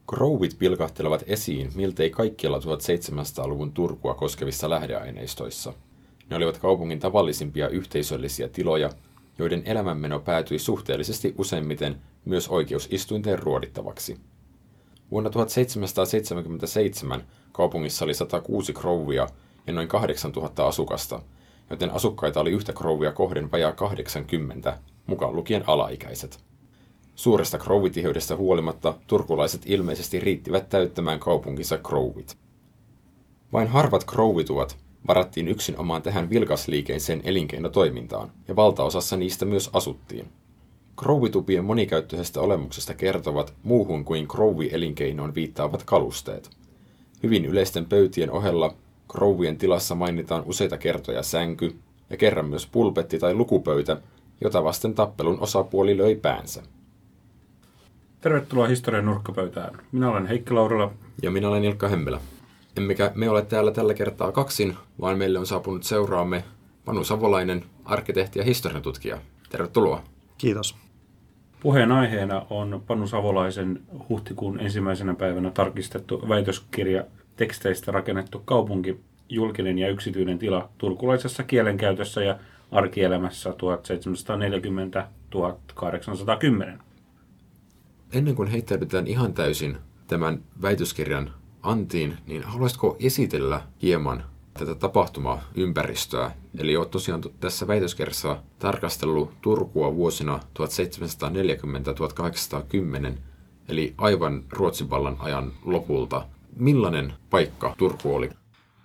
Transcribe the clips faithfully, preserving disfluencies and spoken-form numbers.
Crowit pilkahtelevat esiin miltei kaikkialla tuhatseitsemänsataaluvun Turkua koskevissa lähdeaineistoissa. Ne olivat kaupungin tavallisimpia yhteisöllisiä tiloja, joiden elämänmeno päätyi suhteellisesti useimmiten myös oikeusistuinten ruodittavaksi. Vuonna tuhatseitsemänsataaseitsemänkymmentäseitsemän kaupungissa oli sata kuusi crowia ja noin kahdeksantuhatta asukasta, joten asukkaita oli yhtä crowia kohden vajaa kahdeksankymmentä, mukaan lukien alaikäiset. Suuresta crowitiheydestä huolimatta turkulaiset ilmeisesti riittivät täyttämään kaupunkinsa crowit. Vain harvat crowituvat varattiin yksin omaan tähän vilkasliikeiseen elinkeinotoimintaan, ja valtaosassa niistä myös asuttiin. Crowitupien monikäyttöisestä olemuksesta kertovat muuhun kuin crowi-elinkeinoon viittaavat kalusteet. Hyvin yleisten pöytien ohella crowien tilassa mainitaan useita kertoja sänky ja kerran myös pulpetti tai lukupöytä, jota vasten tappelun osapuoli löi päänsä. Tervetuloa historian nurkkapöytään. Minä olen Heikki Laurila. Ja minä olen Ilkka Hemmilä. Emmekä me ole täällä tällä kertaa kaksin, vaan meille on saapunut seuraamme Panu Savolainen, arkkitehti ja historiantutkija. Tervetuloa. Kiitos. Puheen aiheena on Panu Savolaisen huhtikuun ensimmäisenä päivänä tarkistettu väitöskirja teksteistä rakennettu kaupunki, julkinen ja yksityinen tila turkulaisessa kielenkäytössä ja arkielämässä tuhatseitsemänsataaneljäkymmentä tuhatkahdeksansataakymmenen. Ennen kuin heittäydytään ihan täysin tämän väitöskirjan antiin, niin haluaisitko esitellä hieman tätä tapahtumaympäristöä? Eli olet tosiaan tässä väitöskirjassa tarkastellut Turkua vuosina tuhatseitsemänsataaneljäkymmentä tuhatkahdeksansataakymmenen, eli aivan Ruotsin vallan ajan lopulta. Millainen paikka Turku oli?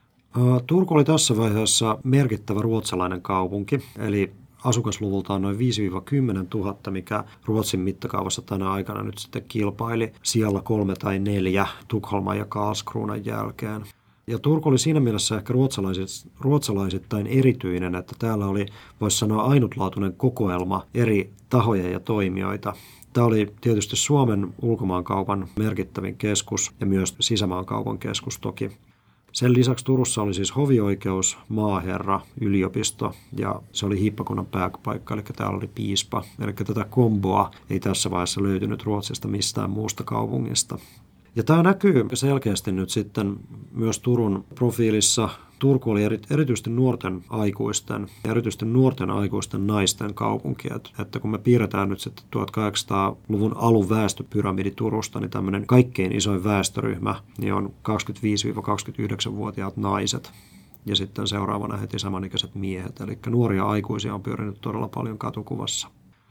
Turku oli tässä vaiheessa merkittävä ruotsalainen kaupunki, eli asukasluvultaan noin viisi kymmenen tuhatta, mikä Ruotsin mittakaavassa tänä aikana nyt sitten kilpaili sijalla kolme tai neljä Tukholman ja Karlskronan jälkeen. Ja Turku oli siinä mielessä ehkä ruotsalaisittain erityinen, että täällä oli, voisi sanoa, ainutlaatuinen kokoelma eri tahoja ja toimijoita. Tämä oli tietysti Suomen ulkomaankaupan merkittävin keskus ja myös sisämaankaupan keskus toki. Sen lisäksi Turussa oli siis hovioikeus, maaherra, yliopisto ja se oli hiippakunnan pääpaikka, eli täällä oli piispa. Eli tätä komboa ei tässä vaiheessa löytynyt Ruotsista mistään muusta kaupungista. Ja tämä näkyy selkeästi nyt sitten myös Turun profiilissa. Turku oli erityisesti nuorten aikuisten, erityisesti nuorten aikuisten naisten kaupunki. Että kun me piirretään nyt sitten tuhatkahdeksansataaluvun alun väestöpyramidi Turusta, niin tämmöinen kaikkein isoin väestöryhmä niin on kaksikymmentäviisi–kaksikymmentäyhdeksänvuotiaat naiset. Ja sitten seuraavana heti samanikäiset miehet. Eli nuoria aikuisia on pyörinyt todella paljon katukuvassa.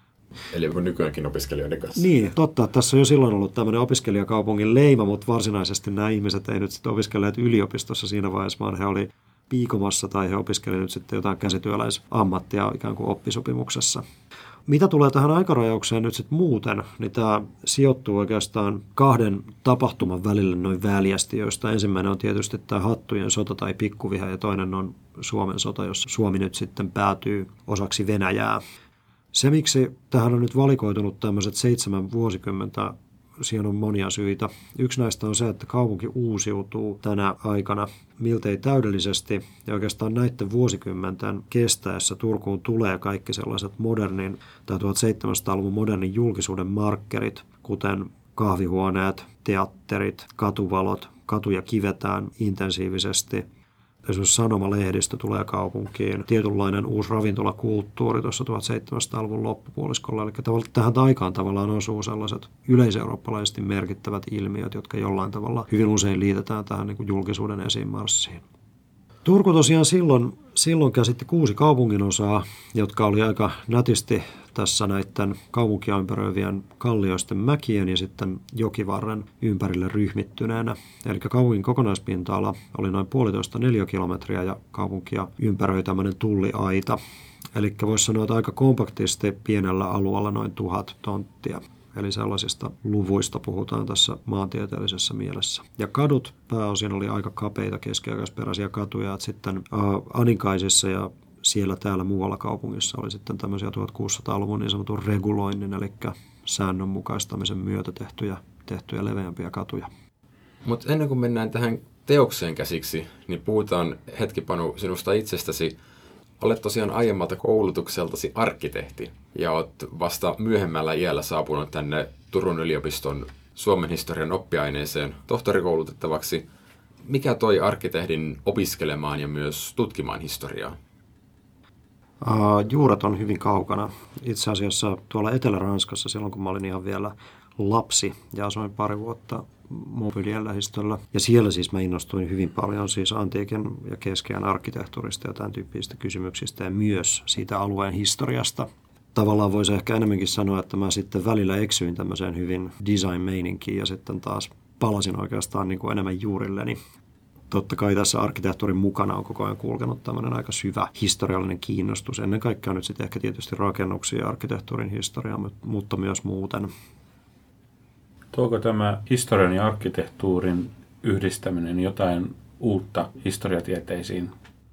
Eli nykyäänkin opiskelijoiden kanssa. Niin, totta. Tässä on jo silloin ollut tämmöinen opiskelijakaupungin leima, mutta varsinaisesti nämä ihmiset ei nyt sitten opiskelleet yliopistossa siinä vaiheessa, vaan he oli piikomassa tai he opiskelivat nyt sitten jotain käsityöläisammattia ikään kuin oppisopimuksessa. Mitä tulee tähän aikarajaukseen nyt sitten muuten, niin tämä sijoittuu oikeastaan kahden tapahtuman välille noin väljästi, joista ensimmäinen on tietysti tämä Hattujen sota tai Pikkuviha ja toinen on Suomen sota, jossa Suomi nyt sitten päätyy osaksi Venäjää. Se, miksi tähän on nyt valikoitunut tämmöiset seitsemän vuosikymmentä, siihen on monia syitä. Yksi näistä on se, että kaupunki uusiutuu tänä aikana miltei täydellisesti ja oikeastaan näiden vuosikymmenten kestäessä Turkuun tulee kaikki sellaiset modernin tai tuhatseitsemänsataaluvun modernin julkisuuden markkerit, kuten kahvihuoneet, teatterit, katuvalot, katuja kivetään intensiivisesti. Esimerkiksi sanomalehdistö tulee kaupunkiin, tietynlainen uusi ravintolakulttuuri tuossa tuhatseitsemänsataaluvun loppupuoliskolla. Eli tähän aikaan tavallaan osuu sellaiset yleiseurooppalaisesti merkittävät ilmiöt, jotka jollain tavalla hyvin usein liitetään tähän niin kuin julkisuuden esiinmarssiin. Turku tosiaan silloin, silloin käsitti kuusi kaupunginosaa, jotka oli aika nätisti tässä näiden kaupunkia ympäröivien kallioisten mäkien ja sitten jokivarren ympärille ryhmittyneenä. Eli kaupungin kokonaispinta-ala oli noin puolitoista neliökilometriä ja kaupunkia ympäröi tämmöinen tulliaita. Eli voisi sanoa, että aika kompaktisti pienellä alueella noin tuhat tonttia. Eli sellaisista luvuista puhutaan tässä maantieteellisessä mielessä. Ja kadut pääosin oli aika kapeita keskiaikaisperäisiä katuja, että sitten ä, Aninkaisissa ja siellä täällä muualla kaupungissa oli sitten tämmöisiä tuhatkuusisataaluvun niin sanotun reguloinnin, eli säännönmukaistamisen myötä tehtyjä, tehtyjä leveämpiä katuja. Mutta ennen kuin mennään tähän teokseen käsiksi, niin puhutaan hetki Panu sinusta itsestäsi. Olet tosiaan aiemmalta koulutukseltasi arkkitehti ja olet vasta myöhemmällä iällä saapunut tänne Turun yliopiston Suomen historian oppiaineeseen tohtorikoulutettavaksi. Mikä toi arkkitehdin opiskelemaan ja myös tutkimaan historiaa? Uh, juuret on hyvin kaukana. Itse asiassa tuolla Etelä-Ranskassa silloin, kun mä olin ihan vielä lapsi ja asuin pari vuotta Montpellierin lähistöllä. Ja siellä siis mä innostuin hyvin paljon siis antiikin ja keskiajan arkkitehtuurista ja tämän tyyppisistä kysymyksistä ja myös siitä alueen historiasta. Tavallaan voisi ehkä enemmänkin sanoa, että mä sitten välillä eksyin tämmöiseen hyvin design-meininkiin ja sitten taas palasin oikeastaan niin kuin enemmän juurilleni. Totta kai tässä arkkitehtuurin mukana on koko ajan kulkenut tämmöinen aika syvä historiallinen kiinnostus. Ennen kaikkea nyt sitten ehkä tietysti rakennuksia ja arkkitehtuurin historiaa, mutta myös muuten. Tuoko tämä historian ja arkkitehtuurin yhdistäminen jotain uutta historiatieteisiin?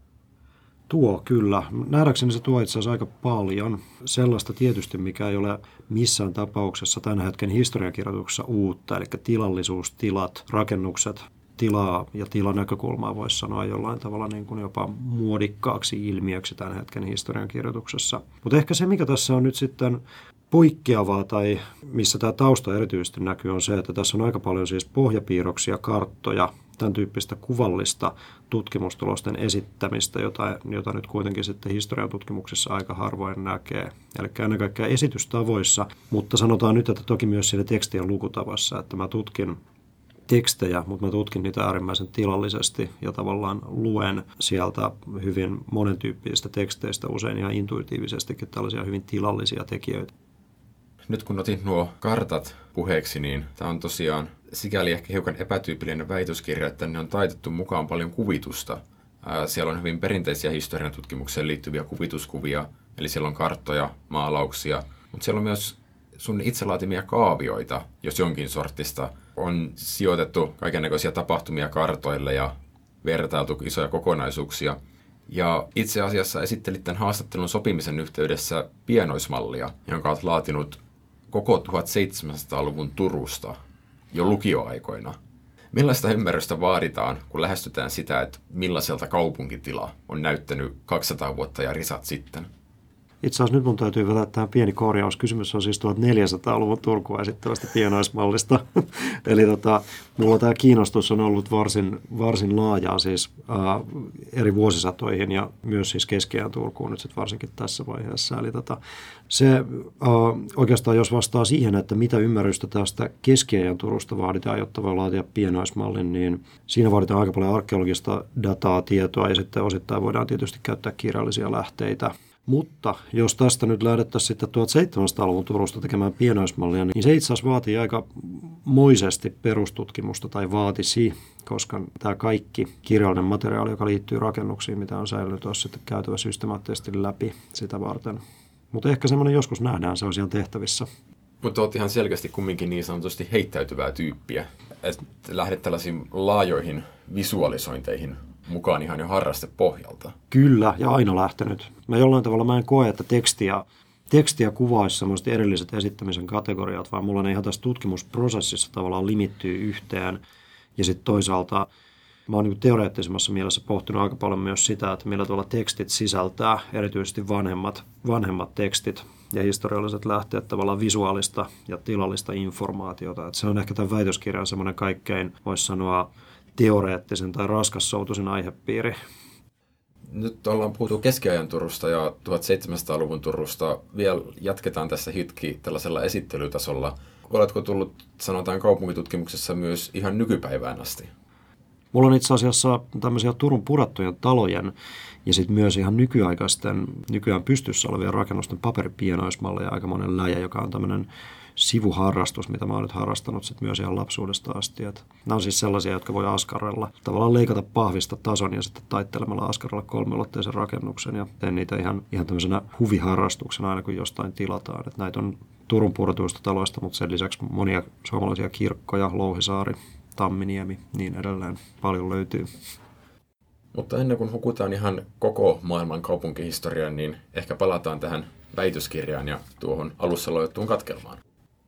Tuo kyllä. Nähdäkseni se tuo itse asiassa aika paljon. Sellaista tietysti, mikä ei ole missään tapauksessa tämän hetken historiankirjoituksessa uutta, eli tilallisuus, tilat, rakennukset, tilaa ja tilanäkökulmaa voisi sanoa jollain tavalla niin kuin jopa muodikkaaksi ilmiöksi tämän hetken historiankirjoituksessa. Mutta ehkä se, mikä tässä on nyt sitten poikkeavaa tai missä tämä tausta erityisesti näkyy, on se, että tässä on aika paljon siis pohjapiirroksia, karttoja, tämän tyyppistä kuvallista tutkimustulosten esittämistä, jota, jota nyt kuitenkin sitten historian tutkimuksessa aika harvoin näkee. Eli ennen kaikkea esitystavoissa, mutta sanotaan nyt, että toki myös siinä tekstien lukutavassa, että mä tutkin tekstejä, mutta mä tutkin niitä äärimmäisen tilallisesti ja tavallaan luen sieltä hyvin monentyyppisistä teksteistä, usein ihan intuitiivisestikin tällaisia hyvin tilallisia tekijöitä. Nyt kun otin nuo kartat puheeksi, niin tämä on tosiaan sikäli ehkä hiukan epätyypillinen väitöskirja, että ne on taitettu mukaan paljon kuvitusta. Siellä on hyvin perinteisiä historian tutkimukseen liittyviä kuvituskuvia, eli siellä on karttoja, maalauksia, mutta siellä on myös sun itse laatimia kaavioita, jos jonkin sortista. On sijoitettu kaikennäköisiä tapahtumia kartoille ja vertailtu isoja kokonaisuuksia. Ja itse asiassa esittelit tämän haastattelun sopimisen yhteydessä pienoismallia, jonka olet laatinut koko tuhatseitsemänsataaluvun Turusta jo lukioaikoina. Millaista ymmärrystä vaaditaan, kun lähestytään sitä, että millaiselta kaupunkitila on näyttänyt kaksisataa vuotta ja risat sitten? Itse asiassa nyt mun täytyy vetää tähän pieni korjaus. Kysymys on siis tuhatneljänsataaluvun Turkua esittävästä pienoismallista. Eli tota, mulla tämä kiinnostus on ollut varsin, varsin laajaa siis ää, eri vuosisatoihin ja myös siis keskiajan Turkuun nyt sit varsinkin tässä vaiheessa. Eli tota, se ää, oikeastaan jos vastaa siihen, että mitä ymmärrystä tästä keskiajan Turusta vaaditaan, jotta voi laatia pienoismallin, niin siinä vaaditaan aika paljon arkeologista dataa, tietoa ja sitten osittain voidaan tietysti käyttää kirjallisia lähteitä. Mutta jos tästä nyt lähdettäisiin sitten tuhatseitsemänsataaluvun Turusta tekemään pienoismallia, niin se itse asiassa vaatii aika moisesti perustutkimusta tai vaatisi, koska tämä kaikki kirjallinen materiaali, joka liittyy rakennuksiin, mitä on säilynyt, olisi sitten käytävä systemaattisesti läpi sitä varten. Mutta ehkä semmoinen joskus nähdään, se on siellä tehtävissä. Mutta olet ihan selkeästi kumminkin niin sanotusti heittäytyvää tyyppiä, että lähdet tällaisiin laajoihin visualisointeihin mukaan ihan jo harrastepohjalta. Kyllä, ja aina lähtenyt. Mä jollain tavalla mä en koe, että tekstiä, tekstiä kuvaisi semmoiset erilliset esittämisen kategoriat, vaan mulla ne ihan tässä tutkimusprosessissa tavallaan limittyy yhteen. Ja sitten toisaalta mä oon niin teoreettisemmassa mielessä pohtinut aika paljon myös sitä, että millä tuolla tekstit sisältää, erityisesti vanhemmat, vanhemmat tekstit ja historialliset lähteet tavallaan visuaalista ja tilallista informaatiota. Et se on ehkä tämän väitöskirjan semmoinen kaikkein, voisi sanoa, teoreettisen tai raskassoutuisen aihepiiri. Nyt ollaan puhuttu keskiajan Turusta ja tuhatseitsemänsataaluvun Turusta. Vielä jatketaan tässä hetki tällaisella esittelytasolla. Oletko tullut, sanotaan kaupunkitutkimuksessa, myös ihan nykypäivään asti? Mulla on itse asiassa tämmöisiä Turun purattujen talojen ja sitten myös ihan nykyaikaisten, nykyään pystyssä olevien rakennusten paperipienoismalleja aika monen läjä, joka on tämmöinen sivuharrastus, mitä mä oon nyt harrastanut sit myös ihan lapsuudesta asti. Et nämä on siis sellaisia, jotka voi askarrella, tavallaan leikata pahvista tason ja sitten taittelemalla askarrella kolmiulotteisen rakennuksen ja teen niitä ihan, ihan tämmöisenä huviharrastuksena aina kun jostain tilataan. Et näitä on Turun puratuista taloista, mutta sen lisäksi monia suomalaisia kirkkoja, Louhisaari, Tamminiemi, niin edelleen paljon löytyy. Mutta ennen kuin hukutaan ihan koko maailman kaupunkihistoriaan, niin ehkä palataan tähän väitöskirjaan ja tuohon alussa lojattuun katkelmaan.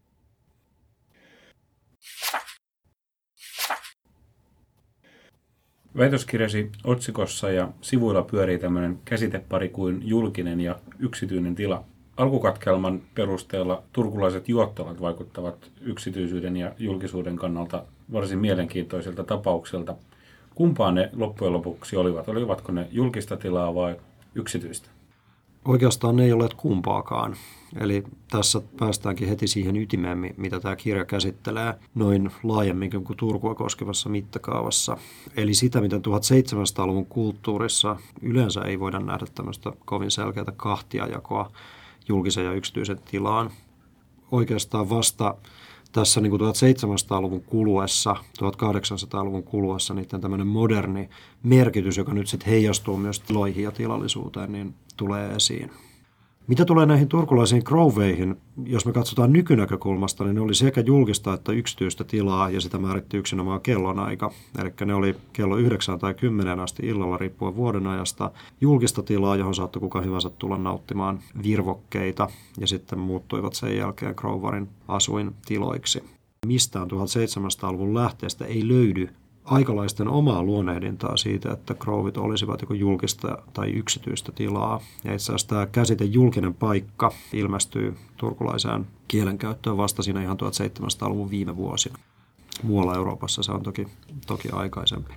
Väitöskirjasi otsikossa ja sivuilla pyörii tämmöinen käsitepari kuin julkinen ja yksityinen tila. alkukatkelman perusteella turkulaiset juottavat vaikuttavat yksityisyyden ja julkisuuden kannalta varsin mielenkiintoisilta tapauksilta. Kumpaa ne loppujen lopuksi olivat? Olivatko ne julkista tilaa vai yksityistä? Oikeastaan ne ei ole kumpaakaan. Eli tässä päästäänkin heti siihen ytimeen, mitä tämä kirja käsittelee noin laajemmin kuin Turkua koskevassa mittakaavassa. Eli sitä, miten tuhatseitsemänsataaluvun kulttuurissa yleensä ei voida nähdä tämmöistä kovin selkeää kahtiajakoa julkisen ja yksityisen tilaan. Oikeastaan vasta tässä niin kuin tuhatseitsemänsataaluvun kuluessa, tuhatkahdeksansataaluvun kuluessa niiden tämmöinen moderni merkitys, joka nyt sitten heijastuu myös tiloihin ja tilallisuuteen, niin tulee esiin. Mitä tulee näihin turkulaisiin groveihin, jos me katsotaan nykynäkökulmasta, niin ne oli sekä julkista että yksityistä tilaa ja sitä määritti yksinomaan kellonaika. Eli ne oli kello yhdeksään tai kymmeneen asti illalla riippuen vuodenajasta julkista tilaa, johon saattoi kuka hyvänsä tulla nauttimaan virvokkeita ja sitten muuttuivat sen jälkeen grovarin asuintiloiksi. Mistään tuhatseitsemänsataaluvun lähteestä ei löydy aikalaisten omaa luonnehdintaa siitä, että grovit olisivat joko julkista tai yksityistä tilaa. Ja itse asiassa tämä käsite julkinen paikka ilmestyy turkulaiseen kielenkäyttöön vasta siinä ihan tuhatseitsemänsataaluvun viime vuosina. Muualla Euroopassa se on toki, toki aikaisempi.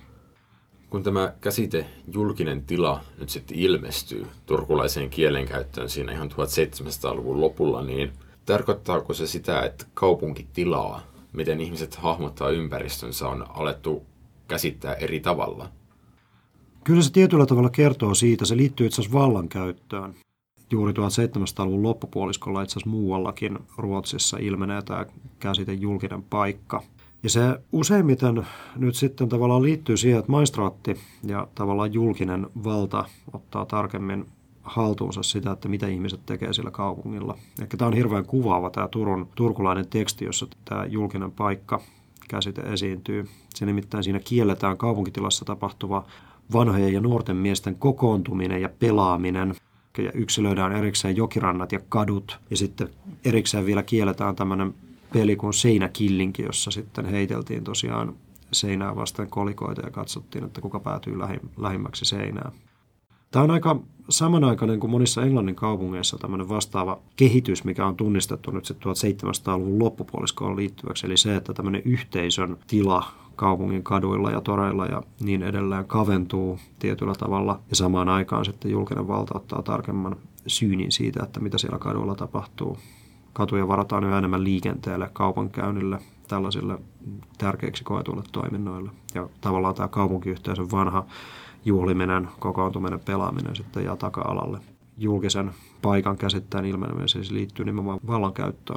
Kun tämä käsite julkinen tila nyt sitten ilmestyy turkulaiseen kielenkäyttöön siinä ihan tuhatseitsemänsataaluvun lopulla, niin tarkoittaako se sitä, että kaupunkitilaa, miten ihmiset hahmottaa ympäristönsä, on alettu käsittää eri tavalla? Kyllä se tietyllä tavalla kertoo siitä. Se liittyy itse asiassa vallankäyttöön. Juuri tuhatseitsemänsataaluvun loppupuoliskolla itse asiassa muuallakin Ruotsissa ilmenee tämä käsite julkinen paikka. Ja se useimmiten nyt sitten tavallaan liittyy siihen, että maistraatti ja tavallaan julkinen valta ottaa tarkemmin haltuunsa sitä, että mitä ihmiset tekee sillä kaupungilla. Ehkä tämä on hirveän kuvaava tämä Turun, turkulainen teksti, jossa tämä julkinen paikka käsite esiintyy. Se nimittäin siinä kielletään kaupunkitilassa tapahtuva vanhojen ja nuorten miesten kokoontuminen ja pelaaminen. Ja yksilöidään erikseen jokirannat ja kadut. Ja sitten erikseen vielä kielletään tämmöinen peli kuin seinäkillinki, jossa sitten heiteltiin tosiaan seinää vasten kolikoita ja katsottiin, että kuka päätyy lähimmäksi seinään. Tämä on aika samanaikainen kuin monissa Englannin kaupungeissa tämmöinen vastaava kehitys, mikä on tunnistettu nyt sitten tuhatseitsemänsataaluvun loppupuoliskoon liittyväksi. Eli se, että tämmöinen yhteisön tila kaupungin kaduilla ja toreilla ja niin edelleen kaventuu tietyllä tavalla. Ja samaan aikaan sitten julkinen valta ottaa tarkemman syynin siitä, että mitä siellä kaduilla tapahtuu. Katuja varataan yhä enemmän liikenteelle, kaupankäynnille, tällaisille tärkeiksi koetuille toiminnoille. Ja tavallaan tämä kaupunkiyhteisön vanha juhliminen, kokoontuminen, pelaaminen sitten jää taka-alalle. Julkisen paikan käsitteen ilmeneminen siis liittyy nimenomaan vallankäyttöön.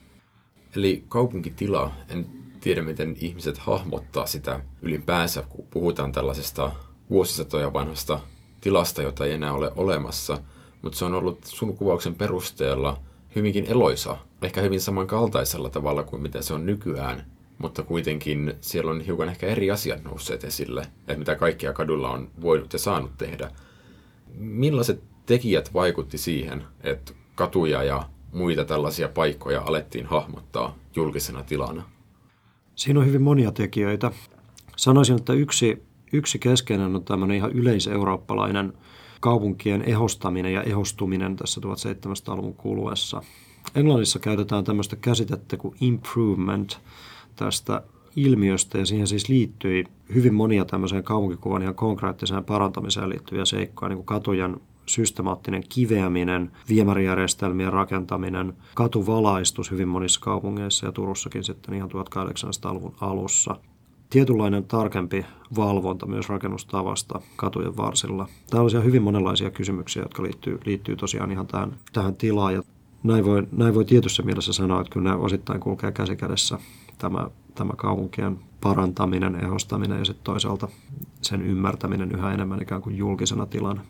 Eli kaupunkitila, en tiedä miten ihmiset hahmottaa sitä ylipäänsä, kun puhutaan tällaisesta vuosisatoja vanhasta tilasta, jota ei enää ole olemassa, mutta se on ollut sun kuvauksen perusteella hyvinkin eloisa, ehkä hyvin samankaltaisella tavalla kuin mitä se on nykyään. Mutta kuitenkin siellä on hiukan ehkä eri asiat nousseet esille, että mitä kaikkia kadulla on voinut ja saanut tehdä. Millaiset tekijät vaikutti siihen, että katuja ja muita tällaisia paikkoja alettiin hahmottaa julkisena tilana? Siinä on hyvin monia tekijöitä. Sanoisin, että yksi, yksi keskeinen on tämmöinen ihan yleiseurooppalainen kaupunkien ehostaminen ja ehostuminen tässä tuhatseitsemänsataaluvun kuluessa. Englannissa käytetään tämmöistä käsitettä kuin improvement tästä ilmiöstä, ja siihen siis liittyi hyvin monia tämmöiseen kaupunkikuvan ihan konkreettiseen parantamiseen liittyviä seikkoja, niin kuin katujen systemaattinen kiveäminen, viemärijärjestelmien rakentaminen, katuvalaistus hyvin monissa kaupungeissa ja Turussakin sitten ihan tuhatkahdeksansataaluvun alussa. Tietynlainen tarkempi valvonta myös rakennustavasta katujen varsilla. Tällaisia hyvin monenlaisia kysymyksiä, jotka liittyy, liittyy tosiaan ihan tähän, tähän tilaan. Ja näin, voi, näin voi tietyssä mielessä sanoa, että kyllä ne osittain kulkee käsi kädessä tämä, tämä kaupunkien parantaminen, ehostaminen ja sitten toisaalta sen ymmärtäminen yhä enemmän ikään kuin julkisena tilana.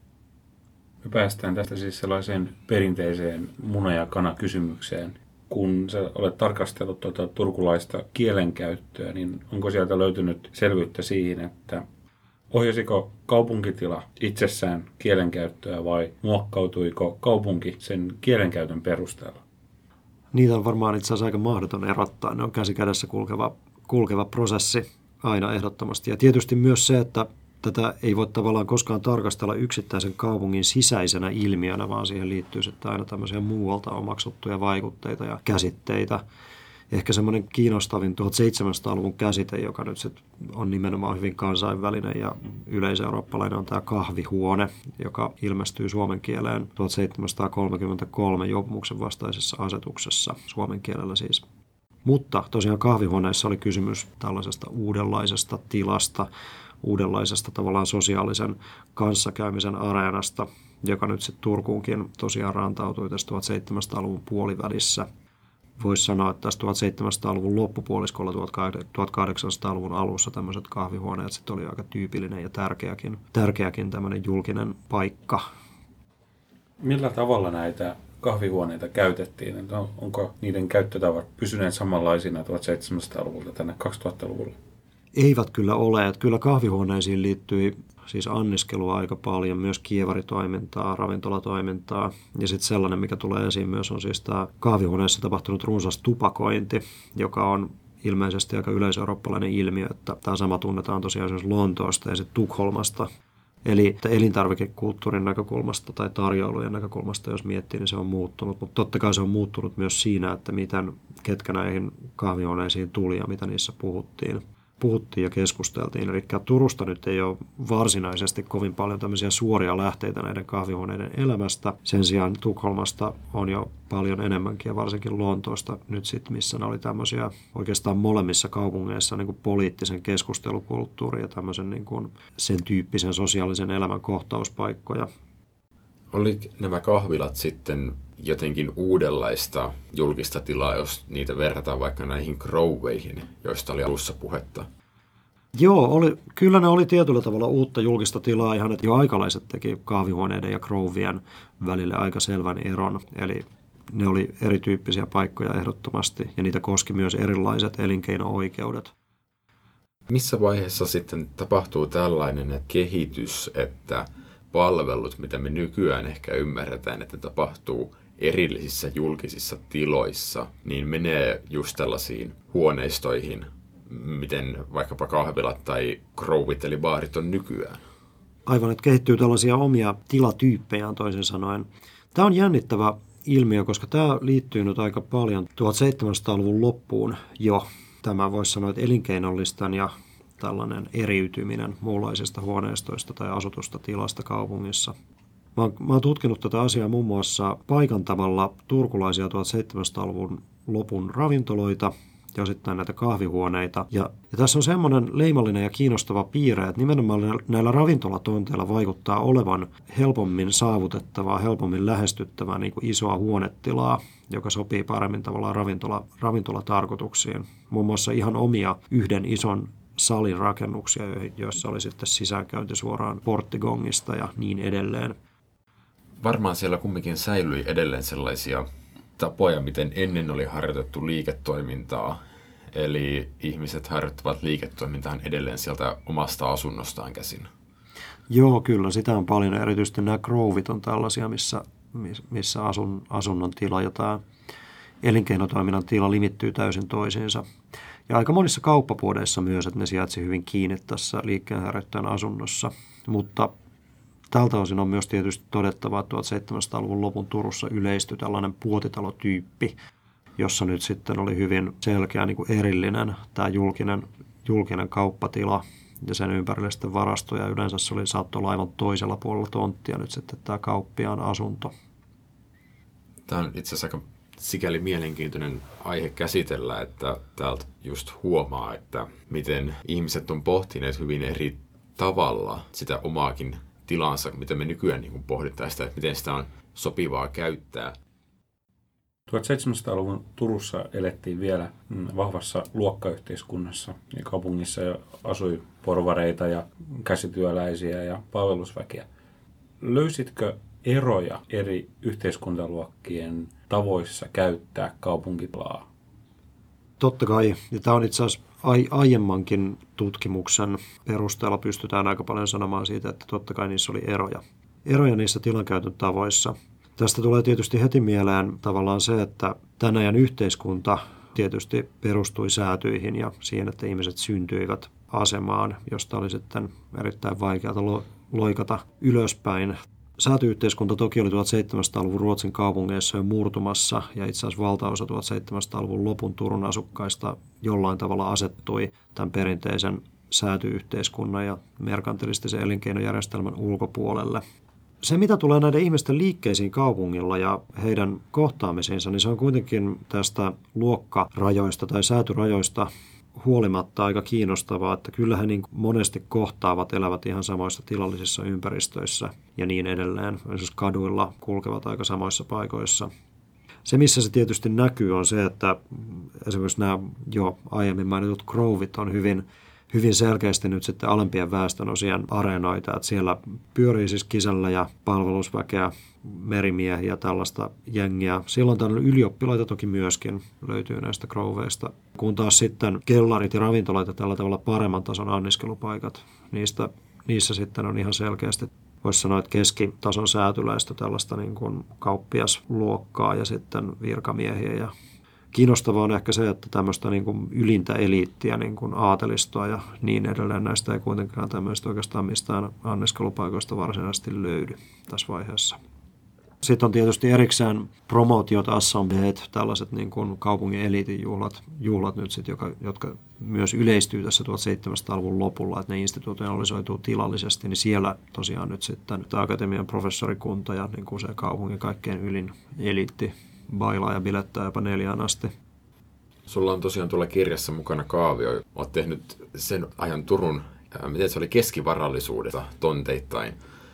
Me päästään tästä siis sellaiseen perinteiseen muna- ja kana-kysymykseen. Kun sä olet tarkastellut tuota turkulaista kielenkäyttöä, niin onko sieltä löytynyt selvyyttä siihen, että ohjasiko kaupunkitila itsessään kielenkäyttöä vai muokkautuiko kaupunki sen kielenkäytön perusteella? Niitä on varmaan itse asiassa aika mahdoton erottaa. Ne on käsi kädessä kulkeva, kulkeva prosessi aina ehdottomasti. Ja tietysti myös se, että tätä ei voi tavallaan koskaan tarkastella yksittäisen kaupungin sisäisenä ilmiönä, vaan siihen liittyy sitten aina tämmöisiä muualta omaksuttuja vaikutteita ja käsitteitä. Ehkä semmoinen kiinnostavin tuhatseitsemänsataaluvun käsite, joka nyt sit on nimenomaan hyvin kansainvälinen ja yleiseurooppalainen, on tämä kahvihuone, joka ilmestyy suomen kieleen tuhatseitsemänsataakolmekymmentäkolme juopumuksen vastaisessa asetuksessa, suomen kielellä siis. Mutta tosiaan kahvihuoneissa oli kysymys tällaisesta uudenlaisesta tilasta, uudenlaisesta tavallaan sosiaalisen kanssakäymisen areenasta, joka nyt sitten Turkuunkin tosiaan rantautui tässä tuhatseitsemänsataaluvun puolivälissä. Voisi sanoa, että tässä tuhatseitsemänsataaluvun loppupuoliskolla tuhatkahdeksansataaluvun alussa tämmöiset kahvihuoneet sitten oli aika tyypillinen ja tärkeäkin, tärkeäkin tämmöinen julkinen paikka. Millä tavalla näitä kahvihuoneita käytettiin? Onko niiden käyttötavat pysyneet samanlaisina tuhatseitsemänsataaluvulta tänne kaksituhattaluvulle? Eivät kyllä ole. Että kyllä kahvihuoneisiin liittyi siis anniskelua aika paljon, myös kievaritoimintaa, ravintolatoimintaa. Ja sitten sellainen, mikä tulee esiin myös, on siis tämä kahvihuoneessa tapahtunut runsas tupakointi, joka on ilmeisesti aika yleiseurooppalainen ilmiö, että tämä sama tunnetaan tosiaan esimerkiksi Lontoosta ja sitten Tukholmasta. Eli elintarvikekulttuurin näkökulmasta tai tarjoilujen näkökulmasta, jos miettii, niin se on muuttunut. Mutta totta kai se on muuttunut myös siinä, että miten, ketkä näihin kahvihuoneisiin tuli ja mitä niissä puhuttiin. puhuttiin ja keskusteltiin. Eli Turusta nyt ei ole varsinaisesti kovin paljon tämmöisiä suoria lähteitä näiden kahvihuoneiden elämästä. Sen sijaan Tukholmasta on jo paljon enemmänkin ja varsinkin Lontoosta nyt sitten, missä ne oli tämmöisiä oikeastaan molemmissa kaupungeissa niin kuin poliittisen keskustelukulttuurin ja tämmöisen niin kuin sen tyyppisen sosiaalisen elämän kohtauspaikkoja. Oli nämä kahvilat sitten jotenkin uudenlaista julkista tilaa, jos niitä verrataan vaikka näihin Groveihin, joista oli alussa puhetta? Joo, oli, kyllä ne oli tietyllä tavalla uutta julkista tilaa. Ihan, että jo aikalaiset teki kahvihuoneiden ja Grovien välille aika selvän eron. Eli ne oli erityyppisiä paikkoja ehdottomasti, ja niitä koski myös erilaiset elinkeino-oikeudet. Missä vaiheessa sitten tapahtuu tällainen kehitys, että palvelut, mitä me nykyään ehkä ymmärretään, että tapahtuu erillisissä julkisissa tiloissa, niin menee just tällaisiin huoneistoihin, miten vaikkapa kahvilat tai Grovit eli baarit on nykyään? Aivan, että kehittyy tällaisia omia tilatyyppejään toisin sanoen. Tämä on jännittävä ilmiö, koska tämä liittyy nyt aika paljon tuhatseitsemänsataaluvun loppuun jo. Tämä voisi sanoa, että elinkeinollistan ja tällainen eriytyminen muunlaisista huoneistoista tai asutusta tilasta kaupungissa. Mä oon, mä oon tutkinut tätä asiaa muun muassa paikantamalla turkulaisia tuhatseitsemänsataaluvun lopun ravintoloita ja osittain näitä kahvihuoneita. Ja, ja tässä on semmoinen leimallinen ja kiinnostava piirre, että nimenomaan näillä ravintolatonteilla vaikuttaa olevan helpommin saavutettavaa, helpommin lähestyttävää niin kuin isoa huonetilaa, joka sopii paremmin tavallaan ravintola, ravintolatarkoituksiin. Muun muassa ihan omia yhden ison salin rakennuksia, joissa oli sitten sisäänkäynti suoraan porttigongista ja niin edelleen. Varmaan siellä kumminkin säilyi edelleen sellaisia tapoja, miten ennen oli harjoitettu liiketoimintaa. Eli ihmiset harjoittavat liiketoimintaan edelleen sieltä omasta asunnostaan käsin. Joo, kyllä. Sitä on paljon. Erityisesti nämä Grovit on tällaisia, missä, missä asun, asunnon tila ja tämä elinkeinotoiminnan tila limittyy täysin toisiinsa. Ja aika monissa kauppapuodeissa myös, että ne sijaitsi hyvin kiinni tässä liikkeenharjoittajan asunnossa. Mutta tältä osin on myös tietysti todettava, että tuhatseitsemänsataaluvun lopun Turussa yleistyi tällainen puotitalotyyppi, jossa nyt sitten oli hyvin selkeä niin kuin erillinen tämä julkinen, julkinen kauppatila ja sen ympärille sitten varastoja. Yleensä se oli saattoi olla aivan toisella puolella tonttia nyt sitten tämä kauppiaan asunto. Tämä on itse asiassa aika sikäli mielenkiintoinen aihe käsitellä, että täältä just huomaa, että miten ihmiset on pohtineet hyvin eri tavalla sitä omaakin tilansa, mitä me nykyään niin pohditaan sitä, että miten sitä on sopivaa käyttää. tuhatseitsemänsataaluvun Turussa elettiin vielä vahvassa luokkayhteiskunnassa ja kaupungissa asui porvareita ja käsityöläisiä ja palvelusväkeä. Löysitkö eroja eri yhteiskuntaluokkien tavoissa käyttää kaupunkitilaa? Totta kai. Ja tämä on itse asiassa ai- aiemmankin tutkimuksen perusteella pystytään aika paljon sanomaan siitä, että totta kai niissä oli eroja. Eroja niissä tilankäytön tavoissa. Tästä tulee tietysti heti mieleen tavallaan se, että tämän ajan yhteiskunta tietysti perustui säätyihin ja siihen, että ihmiset syntyivät asemaan, josta oli sitten erittäin vaikeata lo- loikata ylöspäin. Sääty-yhteiskunta toki oli tuhatseitsemänsataaluvun Ruotsin kaupungeissa jo murtumassa, ja itse asiassa valtaosa tuhatseitsemänsataaluvun lopun Turun asukkaista jollain tavalla asettui tämän perinteisen sääty-yhteiskunnan ja merkantilistisen elinkeinojärjestelmän ulkopuolelle. Se, mitä tulee näiden ihmisten liikkeisiin kaupungilla ja heidän kohtaamisiinsa, niin se on kuitenkin tästä luokkarajoista tai säätyrajoista huolimatta aika kiinnostavaa, että kyllä he niin monesti kohtaavat, elävät ihan samoissa tilallisissa ympäristöissä ja niin edelleen. Esimerkiksi kaduilla kulkevat aika samoissa paikoissa. Se, missä se tietysti näkyy, on se, että esimerkiksi nämä jo aiemmin mainitut Grovit on hyvin, hyvin selkeästi nyt sitten alempien väestönosien areenoita. Että siellä pyörii siis kisällä ja palvelusväkeä, merimiehiä, tällaista jengiä. Silloin täällä ylioppilaita toki myöskin löytyy näistä Groveista. Kun taas sitten kellarit ja ravintoloita tällä tavalla paremman tason anniskelupaikat, niistä, niissä sitten on ihan selkeästi, voisi sanoa, että keskitason säätyläistä tällaista niin kuin kauppiasluokkaa ja sitten virkamiehiä. Ja kiinnostavaa on ehkä se, että tämmöistä niin kuin ylintä eliittiä, niin kuin aatelistoa ja niin edelleen, näistä ei kuitenkaan tämmöistä oikeastaan mistään anniskelupaikoista varsinaisesti löydy tässä vaiheessa. Sitten on tietysti erikseen promootiot, assembleet, tällaiset niin kuin kaupungin eliitin juhlat, juhlat nyt sit, joka, jotka myös yleistyy tässä tuhatseitsemänsataaluvun lopulla, että ne institutionalisoituu tilallisesti, niin siellä tosiaan nyt sitten akatemian professorikunta ja niin kuin se kaupungin kaikkein ylin eliitti bailaa ja bilettää jopa neljään asti. Sulla on tosiaan tuolla kirjassa mukana kaavio. Olet tehnyt sen ajan Turun, miten se oli keskivarallisuudesta tonteittain.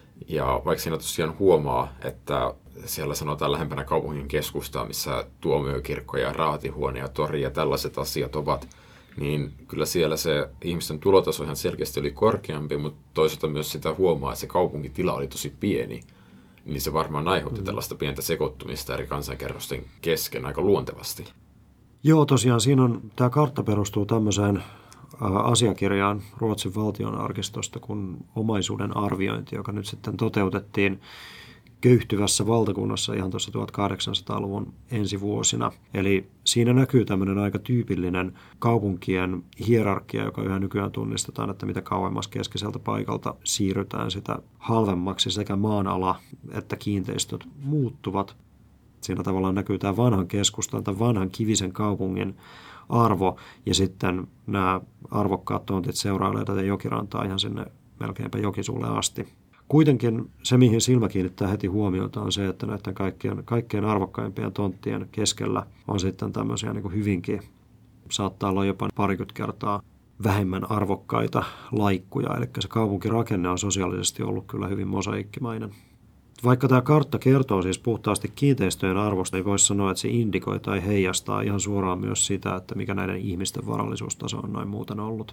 Ja vaikka siinä tosiaan huomaa, että siellä sanotaan lähempänä kaupungin keskustaa, missä tuomiokirkko ja raatihuone ja tori ja tällaiset asiat ovat, niin kyllä siellä se ihmisten tulotaso ihan selkeästi oli korkeampi, mutta toisaalta myös sitä huomaa, että se kaupunkitila oli tosi pieni. Niin se varmaan aiheutti tällaista pientä sekoittumista eri kansankerrosten kesken aika luontevasti. Joo, tosiaan siinä on, tämä kartta perustuu tämmöiseen asiakirjaan Ruotsin valtionarkistosta kuin omaisuuden arviointi, joka nyt sitten toteutettiin köyhtyvässä valtakunnassa ihan tuossa tuhatkahdeksansataaluvun ensivuosina. Eli siinä näkyy tämmöinen aika tyypillinen kaupunkien hierarkia, joka yhä nykyään tunnistetaan, että mitä kauemmas keskiseltä paikalta siirrytään, sitä halvemmaksi sekä maanala että kiinteistöt muuttuvat. Siinä tavallaan näkyy tämä vanhan keskustan, tämän vanhan kivisen kaupungin arvo ja sitten nämä arvokkaat tontit seurailee tätä jokirantaa ihan sinne melkeinpä jokisuulle asti. Kuitenkin se, mihin silmä kiinnittää heti huomiota, on se, että näiden kaikkien, kaikkein arvokkaimpien tonttien keskellä on sitten tämmöisiä niin kuin hyvinkin, saattaa olla jopa parikymmentä kertaa vähemmän arvokkaita laikkuja. Eli se kaupunkirakenne on sosiaalisesti ollut kyllä hyvin mosaikkimainen. Vaikka tämä kartta kertoo siis puhtaasti kiinteistöjen arvosta, niin voisi sanoa, että se indikoi tai heijastaa ihan suoraan myös sitä, että mikä näiden ihmisten varallisuustaso on noin muuten ollut.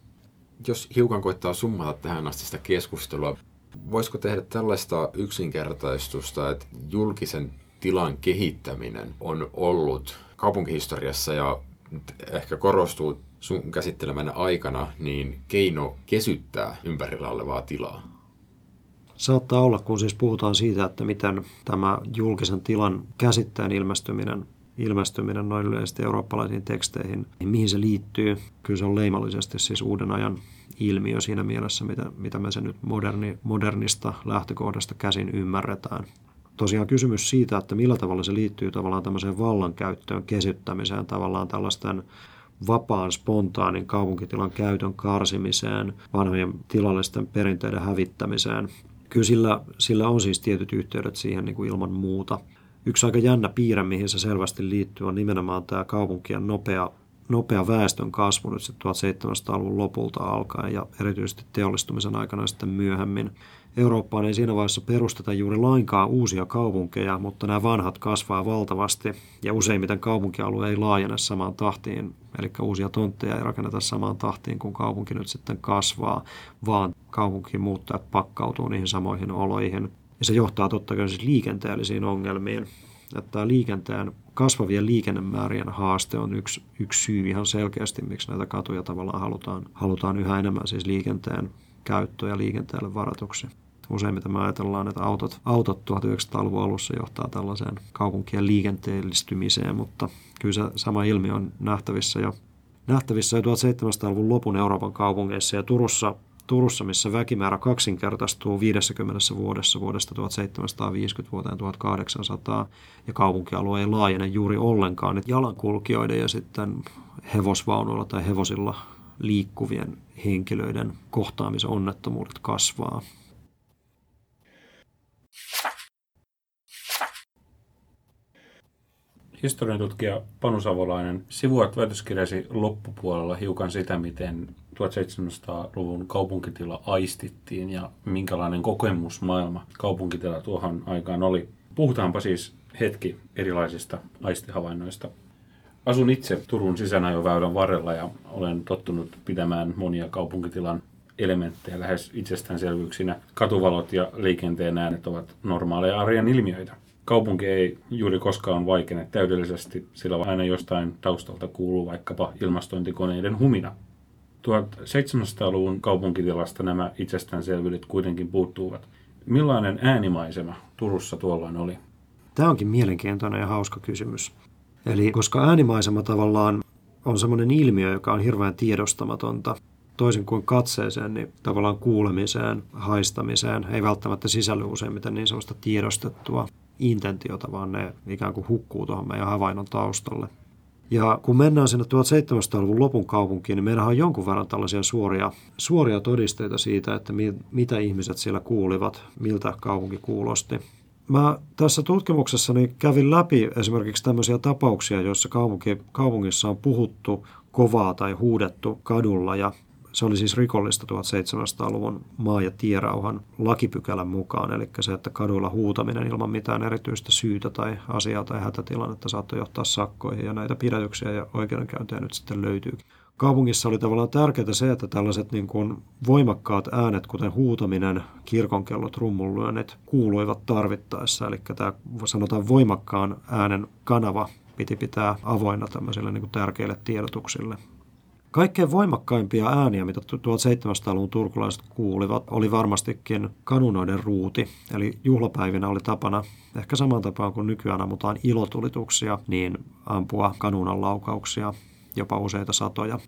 Jos hiukan koittaa summata tähän asti sitä keskustelua, voisiko tehdä tällaista yksinkertaistusta, että julkisen tilan kehittäminen on ollut kaupunkihistoriassa ja ehkä korostuu sun käsittelemänä aikana niin keino kesyttää ympärillä olevaa tilaa? Saattaa olla, kun siis puhutaan siitä, että miten tämä julkisen tilan käsitteen ilmestyminen, ilmestyminen noin yleisesti eurooppalaisiin teksteihin, niin mihin se liittyy. Kyllä se on leimallisesti siis uuden ajan ilmiö siinä mielessä, mitä, mitä me se nyt moderni, modernista lähtökohdasta käsin ymmärretään. Tosiaan kysymys siitä, että millä tavalla se liittyy tavallaan tämmöiseen vallankäyttöön, kesyttämiseen, tavallaan tällaisten vapaan, spontaanin kaupunkitilan käytön karsimiseen, vanhojen tilallisten perinteiden hävittämiseen. Kyllä sillä, sillä on siis tietyt yhteydet siihen niin kuin ilman muuta. Yksi aika jännä piirre, mihin se selvästi liittyy, on nimenomaan tämä kaupunkien nopea, nopea väestön kasvu nyt sitten tuhatseitsemänsataaluvun lopulta alkaen ja erityisesti teollistumisen aikana sitten myöhemmin. Eurooppaan ei siinä vaiheessa perusteta juuri lainkaan uusia kaupunkeja, mutta nämä vanhat kasvaa valtavasti ja useimmiten kaupunkialue ei laajene samaan tahtiin, eli uusia tontteja ei rakenneta samaan tahtiin, kun kaupunki nyt sitten kasvaa, vaan kaupunkiin muuttajat pakkautuu niihin samoihin oloihin. Ja se johtaa totta kai siis liikenteellisiin ongelmiin. Että tämä liikenteen, kasvavien liikennemäärien haaste on yksi, yksi syy ihan selkeästi, miksi näitä katuja tavallaan halutaan, halutaan yhä enemmän siis liikenteen käyttöä ja liikenteelle varatuksi. Useimmiten me ajatellaan, että autot, autot tuhatyhdeksänsataaluvun alussa johtaa tällaiseen kaupunkien liikenteellistymiseen, mutta kyllä se sama ilmiö on nähtävissä jo nähtävissä jo tuhatseitsemänsataaluvun lopun Euroopan kaupungeissa ja Turussa, Turussa, missä väkimäärä kaksinkertaistuu viidessäkymmenessä vuodessa vuodesta tuhatseitsemänsataaviisikymmentä vuoteen tuhatkahdeksansataa ja kaupunkialue ei laajene juuri ollenkaan, niin jalankulkijoiden ja sitten hevosvaunuilla tai hevosilla liikkuvien henkilöiden kohtaamisonnettomuudet kasvaa. Historiantutkija Panu Savolainen, sivuat väitöskirjasi loppupuolella hiukan sitä, miten tuhatseitsemänsataaluvun kaupunkitila aistittiin ja minkälainen kokemusmaailma kaupunkitila tuohon aikaan oli. Puhutaanpa siis hetki erilaisista aistihavainnoista. Asun itse Turun sisäänajoväylän varrella ja olen tottunut pitämään monia kaupunkitilan elementtejä lähes itsestäänselvyyksinä. Katuvalot ja liikenteen äänet ovat normaaleja arjen ilmiöitä. Kaupunki ei juuri koskaan vaikene täydellisesti, sillä aina jostain taustalta kuuluu vaikkapa ilmastointikoneiden humina. tuhatseitsemänsataaluvun kaupunkitilasta nämä itsestäänselvyydet kuitenkin puuttuvat. Millainen äänimaisema Turussa tuolloin oli? Tämä onkin mielenkiintoinen ja hauska kysymys. Eli koska äänimaisema tavallaan on semmoinen ilmiö, joka on hirveän tiedostamatonta, toisin kuin katseeseen, niin tavallaan kuulemiseen, haistamiseen ei välttämättä sisälly useimmiten niin sellaista tiedostettua intentiota, vaan ne ikään kuin hukkuu tuohon meidän havainnon taustalle. Ja kun mennään sinne tuhatseitsemänsataaluvun lopun kaupunkiin, niin meillähän on jonkun verran tällaisia suoria, suoria todisteita siitä, että mi, mitä ihmiset siellä kuulivat, miltä kaupunki kuulosti. Mä tässä tutkimuksessani kävin läpi esimerkiksi tämmöisiä tapauksia, joissa kaupunki, kaupungissa on puhuttu kovaa tai huudettu kadulla, ja se oli siis rikollista tuhatseitsemänsataaluvun maa- ja tierauhan lakipykälän mukaan, eli se, että kaduilla huutaminen ilman mitään erityistä syytä tai asiaa tai hätätilannetta saattoi johtaa sakkoihin, ja näitä pidätyksiä ja oikeudenkäyntejä nyt sitten löytyy. Kaupungissa oli tavallaan tärkeää se, että tällaiset niin kuin voimakkaat äänet, kuten huutaminen, kirkonkellot, rummunlyönnit, kuuluivat tarvittaessa, eli tämä sanotaan voimakkaan äänen kanava piti pitää avoinna tämmöisille niin kuin tärkeille tiedotuksille. Kaikkein voimakkaimpia ääniä, mitä tuhatseitsemänsataaluvun turkulaiset kuulivat, oli varmastikin kanunoiden ruuti. Eli juhlapäivinä oli tapana, ehkä saman tapaan kuin nykyään ammutaan ilotulituksia, niin ampua kanunan laukauksia, jopa useita satoja.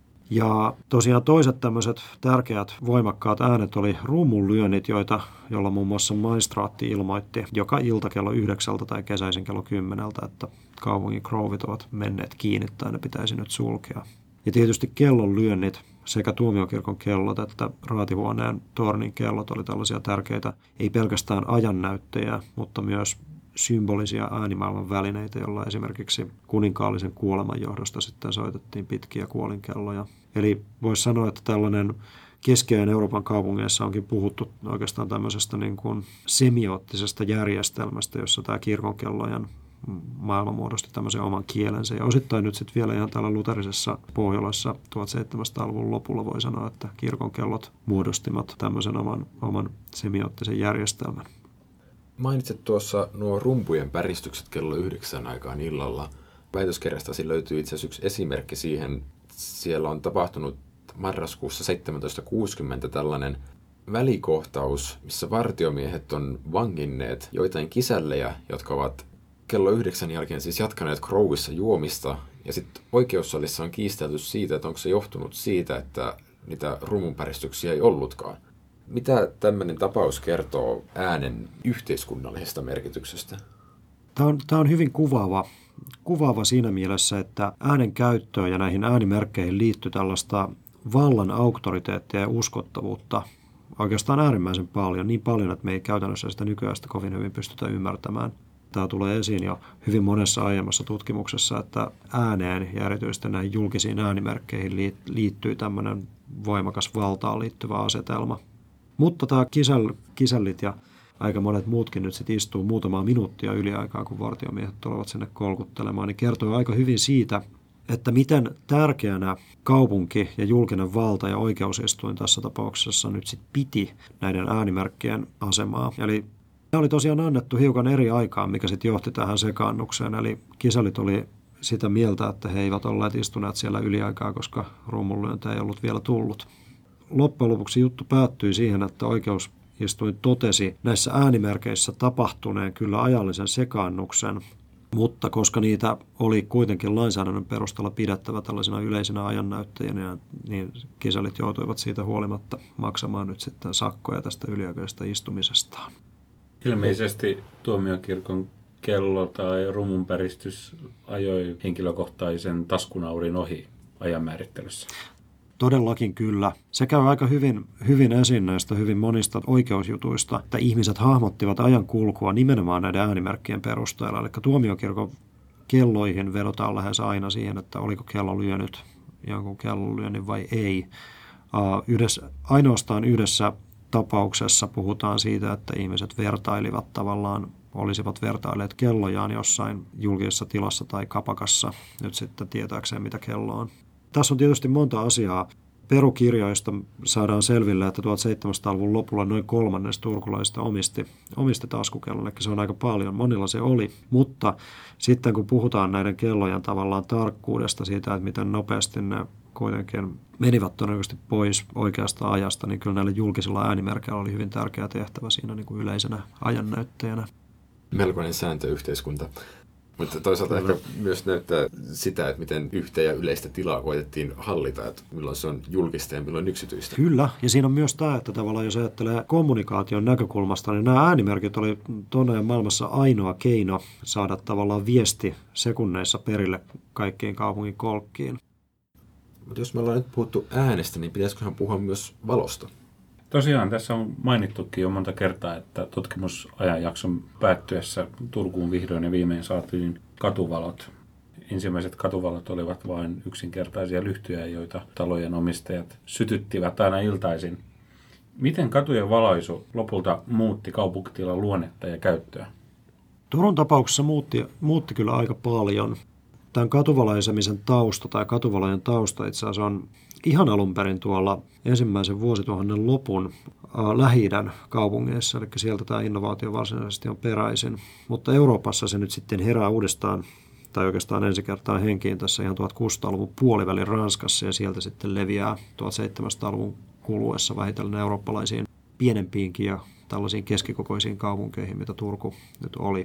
Ja tosiaan toiset tämmöiset tärkeät voimakkaat äänet oli rummunlyönnit, joita, jolla muun muassa maistraatti ilmoitti joka ilta kello yhdeksältä tai kesäisin kello kymmeneltä, että kaupungin krouvit ovat menneet kiinni tai ne pitäisi nyt sulkea. Ja tietysti kellonlyönnit, sekä tuomiokirkon kellot että raatihuoneen tornin kellot oli tällaisia tärkeitä, ei pelkästään ajannäyttejä, mutta myös symbolisia äänimaailman välineitä, joilla esimerkiksi kuninkaallisen kuoleman johdosta sitten soitettiin pitkiä kuolinkelloja. Eli voisi sanoa, että tällainen keskiajan Euroopan kaupungeissa onkin puhuttu oikeastaan tämmöisestä niin kuin semioottisesta järjestelmästä, jossa tämä kirkonkellojen maailma muodosti tämmöisen oman kielensä. Ja osittain nyt sitten vielä ihan täällä luterisessa Pohjolassa tuhatseitsemänsataaluvun lopulla voi sanoa, että kirkonkellot muodostivat tämmöisen oman, oman semiottisen järjestelmän. Mainitsit tuossa nuo rumpujen päristykset kello yhdeksän aikaan illalla. Väitöskirjastasi löytyy itse asiassa yksi esimerkki siihen. Siellä on tapahtunut marraskuussa seitsemäntoista kuusikymmentä tällainen välikohtaus, missä vartiomiehet on vanginneet joitain kisällejä, jotka ovat kello yhdeksän jälkeen siis jatkaneet krouvissa juomista. Ja sitten oikeussalissa on kiistelty siitä, että onko se johtunut siitä, että niitä rumunpäristyksiä ei ollutkaan. Mitä tämmöinen tapaus kertoo äänen yhteiskunnallisesta merkityksestä? Tämä on, tämä on hyvin kuvaava, kuvaava siinä mielessä, että äänen käyttöön ja näihin äänimerkkeihin liittyy tällaista vallan auktoriteettia ja uskottavuutta oikeastaan äärimmäisen paljon. Niin paljon, että me ei käytännössä sitä nykyään kovin hyvin pystytä ymmärtämään. Tämä tulee esiin jo hyvin monessa aiemmassa tutkimuksessa, että ääneen ja erityisesti näihin julkisiin äänimerkkeihin liittyy tämmöinen voimakas valtaan liittyvä asetelma. Mutta tämä kisäl, kisällit ja aika monet muutkin nyt sitten istuu muutamaa minuuttia yli aikaa, kun vartiomiehet tulevat sinne kolkuttelemaan, niin kertoo aika hyvin siitä, että miten tärkeänä kaupunki ja julkinen valta ja oikeusistuin tässä tapauksessa nyt sitten piti näiden äänimerkkien asemaa. Eli nämä oli tosiaan annettu hiukan eri aikaan, mikä sitten johti tähän sekaannukseen. Eli kisällit oli sitä mieltä, että he eivät olleet istuneet siellä yliaikaa, koska rummunlyöntä ei ollut vielä tullut. Loppujen lopuksi juttu päättyi siihen, että oikeusistuin totesi näissä äänimerkeissä tapahtuneen kyllä ajallisen sekaannuksen, Mutta koska niitä oli kuitenkin lainsäädännön perusteella pidettävä tällaisina yleisinä ajannäyttäjinä, niin kisalit joutuivat siitä huolimatta maksamaan nyt sitten sakkoja tästä ylioikeudesta istumisestaan. Ilmeisesti tuomiokirkon kello tai rumunpäristys ajoi henkilökohtaisen taskunaurin ohi ajanmäärittelyssä. Todellakin kyllä. Se käy aika hyvin, hyvin esiin näistä hyvin monista oikeusjutuista, että ihmiset hahmottivat ajan kulkua nimenomaan näiden äänimerkkien perusteella. Eli tuomiokirkon kelloihin vedotaan lähes aina siihen, että oliko kello lyönyt jonkun kellonlyönnin vai ei. Yhdessä, ainoastaan yhdessä tapauksessa puhutaan siitä, että ihmiset vertailivat tavallaan, olisivat vertailleet kellojaan jossain julkisessa tilassa tai kapakassa nyt sitten tietääkseen, mitä kello on. Tässä on tietysti monta asiaa. Perukirjoista saadaan selville, että tuhatseitsemänsataaluvun lopulla noin kolmannes turkulaisista omisti, omisti taskukellon, eli se on aika paljon. Monilla se oli, mutta sitten kun puhutaan näiden kellojen tavallaan tarkkuudesta siitä, että miten nopeasti ne kuitenkin menivät todennäköisesti pois oikeasta ajasta, niin kyllä näillä julkisilla äänimerkeillä oli hyvin tärkeä tehtävä siinä niin kuin yleisenä ajannäyttäjänä. Melkoinen sääntöyhteiskunta. Mutta toisaalta ehkä myös näyttää sitä, että miten yhtä ja yleistä tilaa koetettiin hallita, että milloin se on julkista ja milloin yksityistä. Kyllä, ja siinä on myös tämä, että tavallaan jos ajattelee kommunikaation näkökulmasta, niin nämä äänimerkit oli tuonne ajan maailmassa ainoa keino saada tavallaan viesti sekunneissa perille kaikkiin kaupungin kolkkiin. Mutta jos me ollaan nyt puhuttu äänestä, niin pitäisiköhän puhua myös valosta? Tosiaan tässä on mainittukin jo monta kertaa, että tutkimusajanjakson päättyessä Turkuun vihdoin ja viimein saatiin katuvalot. Ensimmäiset katuvalot olivat vain yksinkertaisia lyhtyjä, joita talojen omistajat sytyttivät aina iltaisin. Miten katujen valaisu lopulta muutti kaupunkitilan luonnetta ja käyttöä? Turun tapauksessa muutti, muutti kyllä aika paljon. Tämän katuvalaisemisen tausta tai katuvalojen tausta itse asiassa on ihan alun perin tuolla ensimmäisen vuosituhannen lopun äh, Lähi-idän kaupungeissa, eli sieltä tämä innovaatio varsinaisesti on peräisin. Mutta Euroopassa se nyt sitten herää uudestaan, tai oikeastaan ensi kertaa henkiin tässä ihan tuhatkuusisataaluvun puolivälin Ranskassa, ja sieltä sitten leviää tuhatseitsemänsataaluvun kuluessa vähitellen eurooppalaisiin pienempiinkin ja tällaisiin keskikokoisiin kaupunkeihin, mitä Turku nyt oli.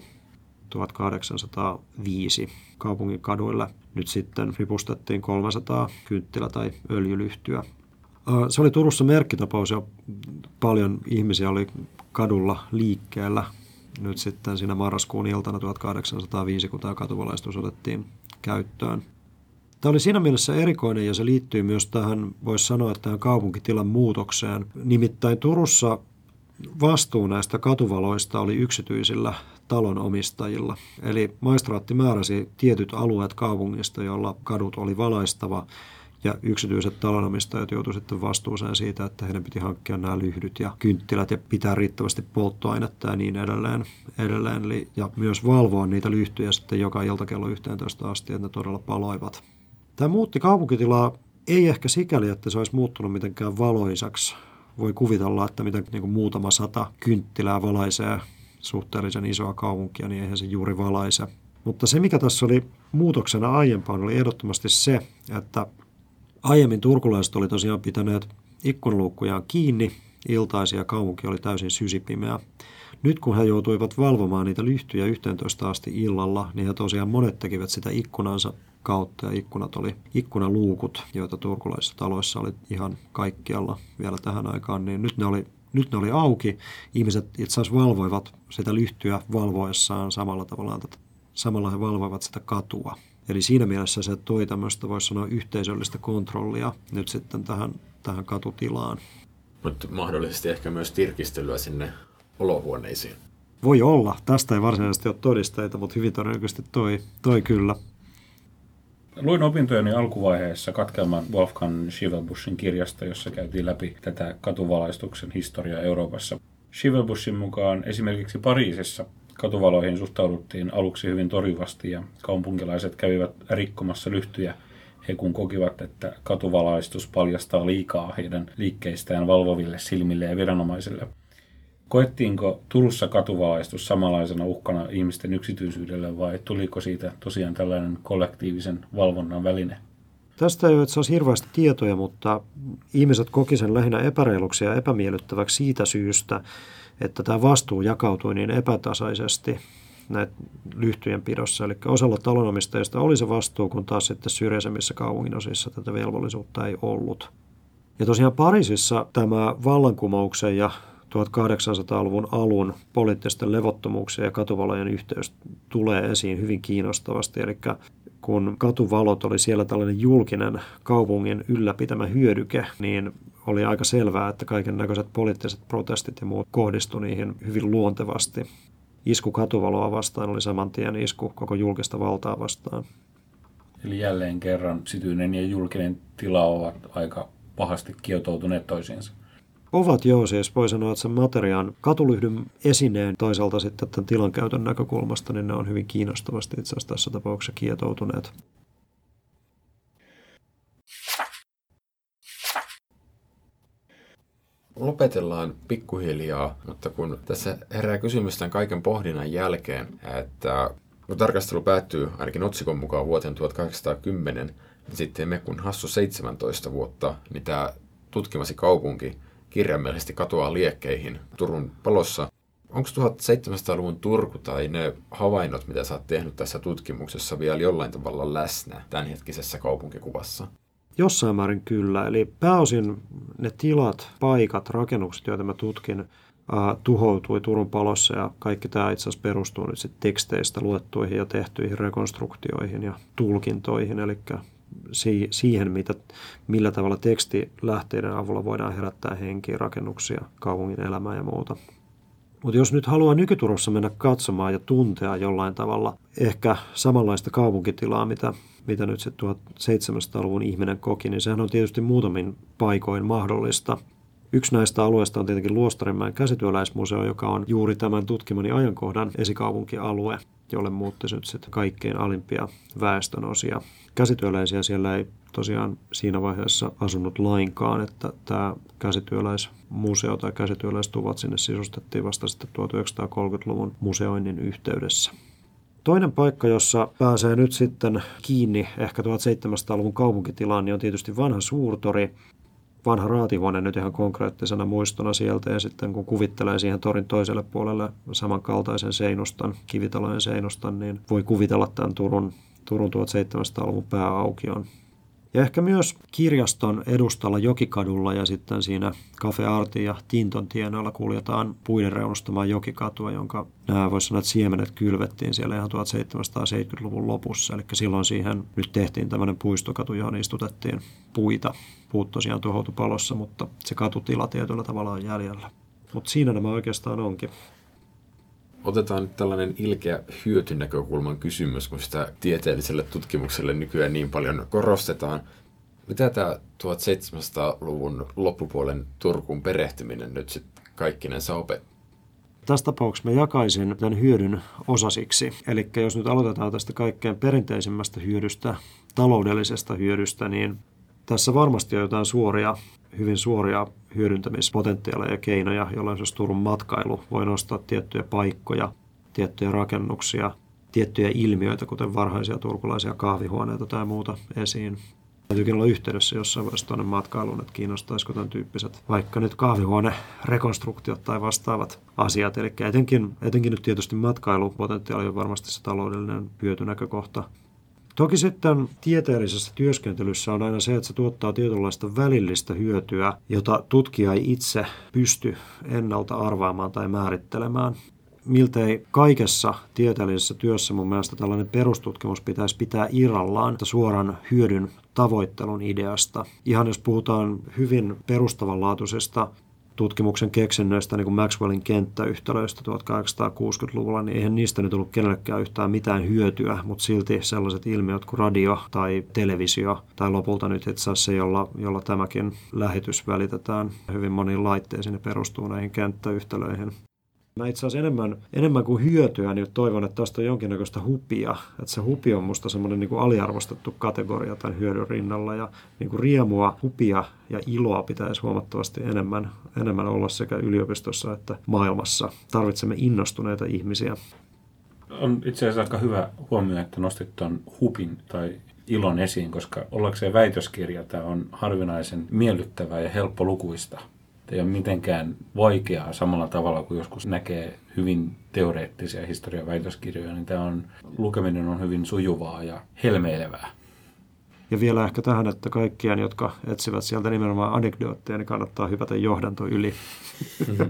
tuhatkahdeksansataaviisi kaupungin kaduilla nyt sitten ripustettiin kolmesataa kynttilä- tai öljylyhtyä. Se oli Turussa merkkitapaus ja paljon ihmisiä oli kadulla liikkeellä nyt sitten siinä marraskuun iltana tuhatkahdeksansataaviisi, kun tämä katuvalaistus otettiin käyttöön. Tämä oli siinä mielessä erikoinen ja se liittyy myös tähän, voisi sanoa, että tähän kaupunkitilan muutokseen. Nimittäin Turussa vastuu näistä katuvaloista oli yksityisillä talonomistajilla. Eli maistraatti määräsi tietyt alueet kaupungista, joilla kadut oli valaistava, ja yksityiset talonomistajat joutuivat sitten vastuuseen siitä, että heidän piti hankkia nämä lyhdyt ja kynttilät ja pitää riittävästi polttoainetta ja niin edelleen. edelleen. Eli, ja myös valvoa niitä lyhtyjä sitten joka ilta kello yhteentoista asti, että ne todella paloivat. Tämä muutti kaupunkitilaa ei ehkä sikäli, että se olisi muuttunut mitenkään valoisaksi. Voi kuvitella, että mitä niin kuin muutama sata kynttilää valaisee suhteellisen isoa kaupunkia, niin eihän se juuri valaise. Mutta se, mikä tässä oli muutoksena aiempaan, oli ehdottomasti se, että aiemmin turkulaiset oli tosiaan pitäneet ikkunaluukkujaan kiinni iltaisin ja kaupunki oli täysin sysipimeä. Nyt kun he joutuivat valvomaan niitä lyhtyjä yhteentoista asti illalla, niin he tosiaan monet tekivät sitä ikkunansa kautta ja ikkunat oli ikkunaluukut, joita turkulaisissa taloissa oli ihan kaikkialla vielä tähän aikaan, niin nyt ne oli Nyt ne oli auki. Ihmiset itse asiassa valvoivat sitä lyhtyä valvoessaan samalla tavallaan, samalla he valvoivat sitä katua. Eli siinä mielessä se toi tämmöistä, voisi sanoa, yhteisöllistä kontrollia nyt sitten tähän, tähän katutilaan. Mutta mahdollisesti ehkä myös tirkistelyä sinne olohuoneisiin. Voi olla. Tästä ei varsinaisesti ole todisteita, mutta hyvin todennäköisesti toi, toi kyllä. Luin opintojeni alkuvaiheessa katkelman Wolfgang Schivelbuschin kirjasta, jossa käytiin läpi tätä katuvalaistuksen historiaa Euroopassa. Schivelbuschin mukaan esimerkiksi Pariisissa katuvaloihin suhtauduttiin aluksi hyvin torjuvasti ja kaupunkilaiset kävivät rikkomassa lyhtyjä, he kun kokivat, että katuvalaistus paljastaa liikaa heidän liikkeistään valvoville silmille ja viranomaisille. Koettiinko Turussa katuvalaistus samanlaisena uhkana ihmisten yksityisyydelle vai tuliko siitä tosiaan tällainen kollektiivisen valvonnan väline? Tästä ei ole itse asiassa hirveästi tietoja, mutta ihmiset koki sen lähinnä epäreiluksi ja epämiellyttäväksi siitä syystä, että tämä vastuu jakautui niin epätasaisesti. näitä lyhtyjen pidossa. Eli osalla talonomistajista oli se vastuu, kun taas sitten syrjäisemmissä kaupunginosissa tätä velvollisuutta ei ollut. Ja tosiaan Pariisissa tämä vallankumouksen ja tuhatkahdeksansataaluvun alun poliittisten levottomuuksien ja katuvalojen yhteys tulee esiin hyvin kiinnostavasti. Eli kun katuvalot oli siellä tällainen julkinen kaupungin ylläpitämä hyödyke, niin oli aika selvää, että kaiken näköiset poliittiset protestit ja muut kohdistu niihin hyvin luontevasti. Isku katuvaloa vastaan oli saman tien isku koko julkista valtaa vastaan. Eli jälleen kerran yksityinen ja julkinen tila ovat aika pahasti kietoutuneet toisiinsa. Ovat joo, siis voi sanoa, että sen materiaan katulyhdyn esineen toisaalta sitten tämän tilan käytön näkökulmasta, niin ne on hyvin kiinnostavasti itse asiassa tässä tapauksessa kietoutuneet. Lopetellaan pikkuhiljaa, mutta kun tässä herää kysymys tämän kaiken pohdinnan jälkeen, että kun tarkastelu päättyy ainakin otsikon mukaan vuoteen tuhatkahdeksansataakymmenen, niin sitten me kun hassu seitsemäntoista vuotta, niin tämä tutkimasi kaupunki kirjaimellisesti katoaa liekkeihin Turun palossa. Onko tuhatseitsemänsataaluvun Turku tai ne havainnot, mitä sä oot tehnyt tässä tutkimuksessa, vielä jollain tavalla läsnä tämänhetkisessä kaupunkikuvassa? Jossain määrin kyllä. Eli pääosin ne tilat, paikat, rakennukset, joita mä tutkin, äh, tuhoutui Turun palossa ja kaikki tämä itse asiassa perustuu nyt sitten teksteistä luettuihin ja tehtyihin rekonstruktioihin ja tulkintoihin, eli siihen, mitä, millä tavalla tekstilähteiden avulla voidaan herättää henkiä, rakennuksia, kaupungin elämää ja muuta. Mutta jos nyt haluaa nykyturussa mennä katsomaan ja tuntea jollain tavalla ehkä samanlaista kaupunkitilaa, mitä, mitä nyt se tuhatseitsemänsataaluvun ihminen koki, niin sehän on tietysti muutamin paikoin mahdollista. Yksi näistä alueista on tietenkin Luostarinmäen käsityöläismuseo, joka on juuri tämän tutkimani ajankohdan esikaupunkialue, jolle muuttaisi nyt sitten kaikkein alimpia väestönosia. Käsityöläisiä siellä ei tosiaan siinä vaiheessa asunut lainkaan, että tämä käsityöläismuseo tai käsityöläistuvat sinne sisustettiin vasta sitten tuhatyhdeksänsataakolmekymmentäluvun museoinnin yhteydessä. Toinen paikka, jossa pääsee nyt sitten kiinni ehkä tuhatseitsemänsataaluvun kaupunkitilaan, niin on tietysti vanha suurtori. Vanha raatihuone nyt ihan konkreettisena muistona sieltä, ja sitten kun kuvittelee siihen torin toiselle puolelle samankaltaisen seinustan, kivitalojen seinustan, niin voi kuvitella tämän Turun, Turun tuhatseitsemänsataaluvun pääaukion. Ja ehkä myös kirjaston edustalla Jokikadulla ja sitten siinä Cafe Artin ja Tinton tienoilla kuljetaan puiden reunustamaan Jokikatua, jonka nämä voisi sanoa, että siemenet kylvettiin siellä ihan tuhatseitsemänsataaseitsemänkymmentäluvun lopussa. Eli silloin siihen nyt tehtiin tämmöinen puistokatu, johon istutettiin puita. Puut tosiaan tuhoutui palossa, mutta se katutila tietyllä tavalla on jäljellä. Mutta siinä nämä oikeastaan onkin. Otetaan nyt tällainen ilkeä hyötynäkökulman kysymys, kun sitä tieteelliselle tutkimukselle nykyään niin paljon korostetaan. Mitä tämä tuhatseitsemänsataaluvun loppupuolen Turkuun perehtyminen nyt sitten kaikkinensa opettaa? Tässä tapauksessa mä jakaisin tämän hyödyn osasiksi. Eli jos nyt aloitetaan tästä kaikkein perinteisimmästä hyödystä, taloudellisesta hyödystä, niin tässä varmasti on jotain suoria, hyvin suoria hyödyntämispotentiaaleja ja keinoja, joilla jos Turun matkailu voi nostaa tiettyjä paikkoja, tiettyjä rakennuksia, tiettyjä ilmiöitä, kuten varhaisia turkulaisia kahvihuoneita tai muuta esiin. Täytyykin olla yhteydessä jossain vaiheessa tuonne matkailuun, että kiinnostaisiko tämän tyyppiset vaikka nyt kahvihuone-rekonstruktiot tai vastaavat asiat. Eli etenkin, etenkin nyt tietysti matkailupotentiaali on varmasti se taloudellinen hyötynäkökohta. Toki sitten tieteellisessä työskentelyssä on aina se, että se tuottaa tietynlaista välillistä hyötyä, jota tutkija ei itse pysty ennalta arvaamaan tai määrittelemään. Miltei kaikessa tieteellisessä työssä mun mielestä tällainen perustutkimus pitäisi pitää irrallaan suoran hyödyn tavoittelun ideasta. Ihan jos puhutaan hyvin perustavanlaatuisesta tutkimuksen keksinnöistä, niin kuin Maxwellin kenttäyhtälöistä tuhatkahdeksansataakuusikymmentäluvulla, niin eihän niistä nyt ollut kenellekään yhtään mitään hyötyä, mutta silti sellaiset ilmiöt kuin radio tai televisio, tai lopulta nyt itse asiassa se, jolla, jolla tämäkin lähetys välitetään hyvin moniin laitteisiin, ne perustuu näihin kenttäyhtälöihin. Mä itse asiassa enemmän, enemmän kuin hyötyä, niin toivon, että tästä on jonkinnäköistä hupia. Että se hupi on musta semmoinen niin kuin aliarvostettu kategoria tämän hyödyn rinnalla. Ja niin kuin riemua, hupia ja iloa pitäisi huomattavasti enemmän, enemmän olla sekä yliopistossa että maailmassa. Tarvitsemme innostuneita ihmisiä. On itse asiassa aika hyvä huomio, että nostit tuon hupin tai ilon esiin, koska ollakseen väitöskirja tämä on harvinaisen miellyttävää ja helppolukuista. ei ole mitenkään vaikeaa samalla tavalla kuin joskus näkee hyvin teoreettisia historian väitöskirjoja, niin tämä on, lukeminen on hyvin sujuvaa ja helmeilevää. Ja vielä ehkä tähän, että kaikkien, jotka etsivät sieltä nimenomaan anekdootteja, niin kannattaa hypätä johdanto yli. Mm-hmm.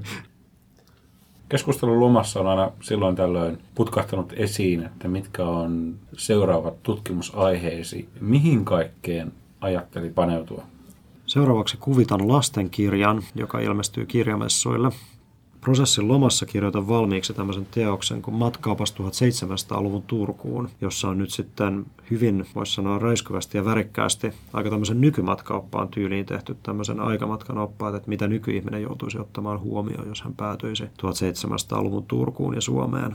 Keskustelun lomassa on aina silloin tällöin putkahtanut esiin, että mitkä on seuraavat tutkimusaiheesi. Mihin kaikkeen ajatteli paneutua? Seuraavaksi kuvitan lastenkirjan, joka ilmestyy kirjamessuille. Prosessin lomassa kirjoitan valmiiksi tämmöisen teoksen kuin Matkaapas tuhatseitsemänsataaluvun Turkuun, jossa on nyt sitten hyvin, voisi sanoa räiskyvästi ja värikkäästi, aika tämmöisen nykymatkaoppaan tyyliin tehty tämmöisen aikamatkan oppaat, että mitä nykyihminen joutuisi ottamaan huomioon, jos hän päätyisi tuhatseitsemänsataaluvun Turkuun ja Suomeen.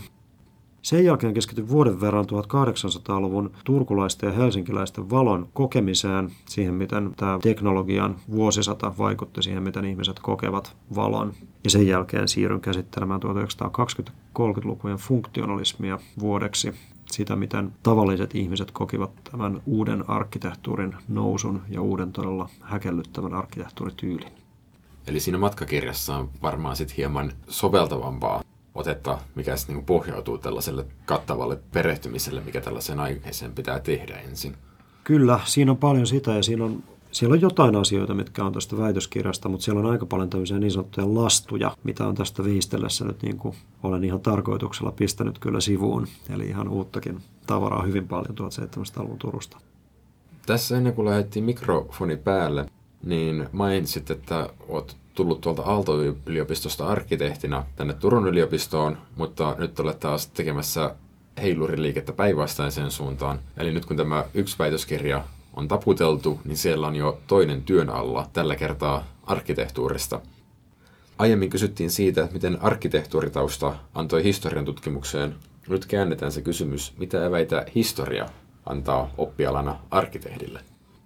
Sen jälkeen keskityin vuoden verran tuhatkahdeksansataaluvun turkulaisten ja helsinkiläisten valon kokemiseen, siihen miten tämä teknologian vuosisata vaikutti siihen, miten ihmiset kokevat valon. Ja sen jälkeen siirryn käsittelemään tuhatyhdeksänsataakaksikymmentä-kolmekymmentälukujen funktionalismia vuodeksi, sitä miten tavalliset ihmiset kokivat tämän uuden arkkitehtuurin nousun ja uuden todella häkellyttävän arkkitehtuurityylin. Eli siinä matkakirjassa on varmaan sitten hieman soveltavampaa otetta, mikä sitten niin pohjautuu tällaiselle kattavalle perehtymiselle, mikä tällaisen aiheeseen pitää tehdä ensin. Kyllä, siinä on paljon sitä ja siinä on, siellä on jotain asioita, mitkä on tästä väitöskirjasta, mutta siellä on aika paljon tämmöisiä niin sanottuja lastuja, mitä on tästä viistellessä nyt niin kuin olen ihan tarkoituksella pistänyt kyllä sivuun. Eli ihan uuttakin tavaraa hyvin paljon tuhatseitsemänsataaluvun Turusta. Tässä ennen kuin lähdettiin mikrofoni päälle, niin mainitsit, että olet tullut tuolta Aalto-yliopistosta arkkitehtina tänne Turun yliopistoon, mutta nyt olet taas tekemässä heiluriliikettä päinvastaiseen suuntaan. Eli nyt kun tämä yksi väitöskirja on taputeltu, niin siellä on jo toinen työn alla, tällä kertaa arkkitehtuurista. Aiemmin kysyttiin siitä, miten arkkitehtuuritausta antoi historian tutkimukseen. Nyt käännetään se kysymys, mitä eväitä historia antaa oppialana arkkitehdille.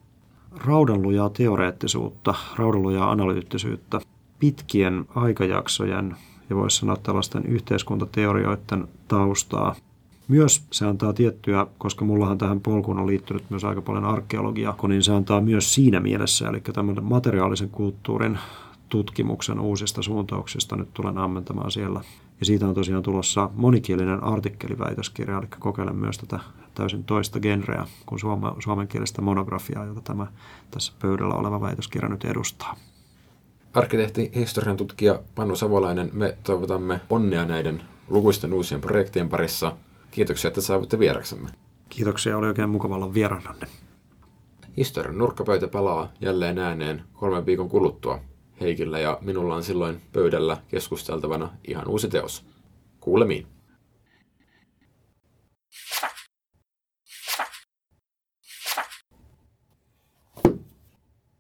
Raudanlujaa teoreettisuutta, raudanlujaa analyyttisyyttä, pitkien aikajaksojen ja voisi sanoa tällaisten yhteiskuntateorioiden taustaa. Myös se antaa tiettyä, koska mullahan tähän polkuun on liittynyt myös aika paljon arkeologiaa, niin se antaa myös siinä mielessä, eli tämmöinen materiaalisen kulttuurin tutkimuksen uusista suuntauksista nyt tulen ammentamaan siellä. Ja siitä on tosiaan tulossa monikielinen artikkeliväitöskirja, eli kokeilen myös tätä täysin toista genreä kuin suoma, suomenkielistä monografiaa, jota tämä tässä pöydällä oleva väitöskirja nyt edustaa. Arkkitehti, historian tutkija Panu Savolainen, me toivotamme onnea näiden lukuisten uusien projektien parissa. Kiitoksia, että saavutte vieraksemme. Kiitoksia, oli oikein mukava olla vieraananne. Historian nurkkapöytä palaa jälleen ääneen kolmen viikon kuluttua. Heikillä ja minulla on silloin pöydällä keskusteltavana ihan uusi teos. Kuulemiin.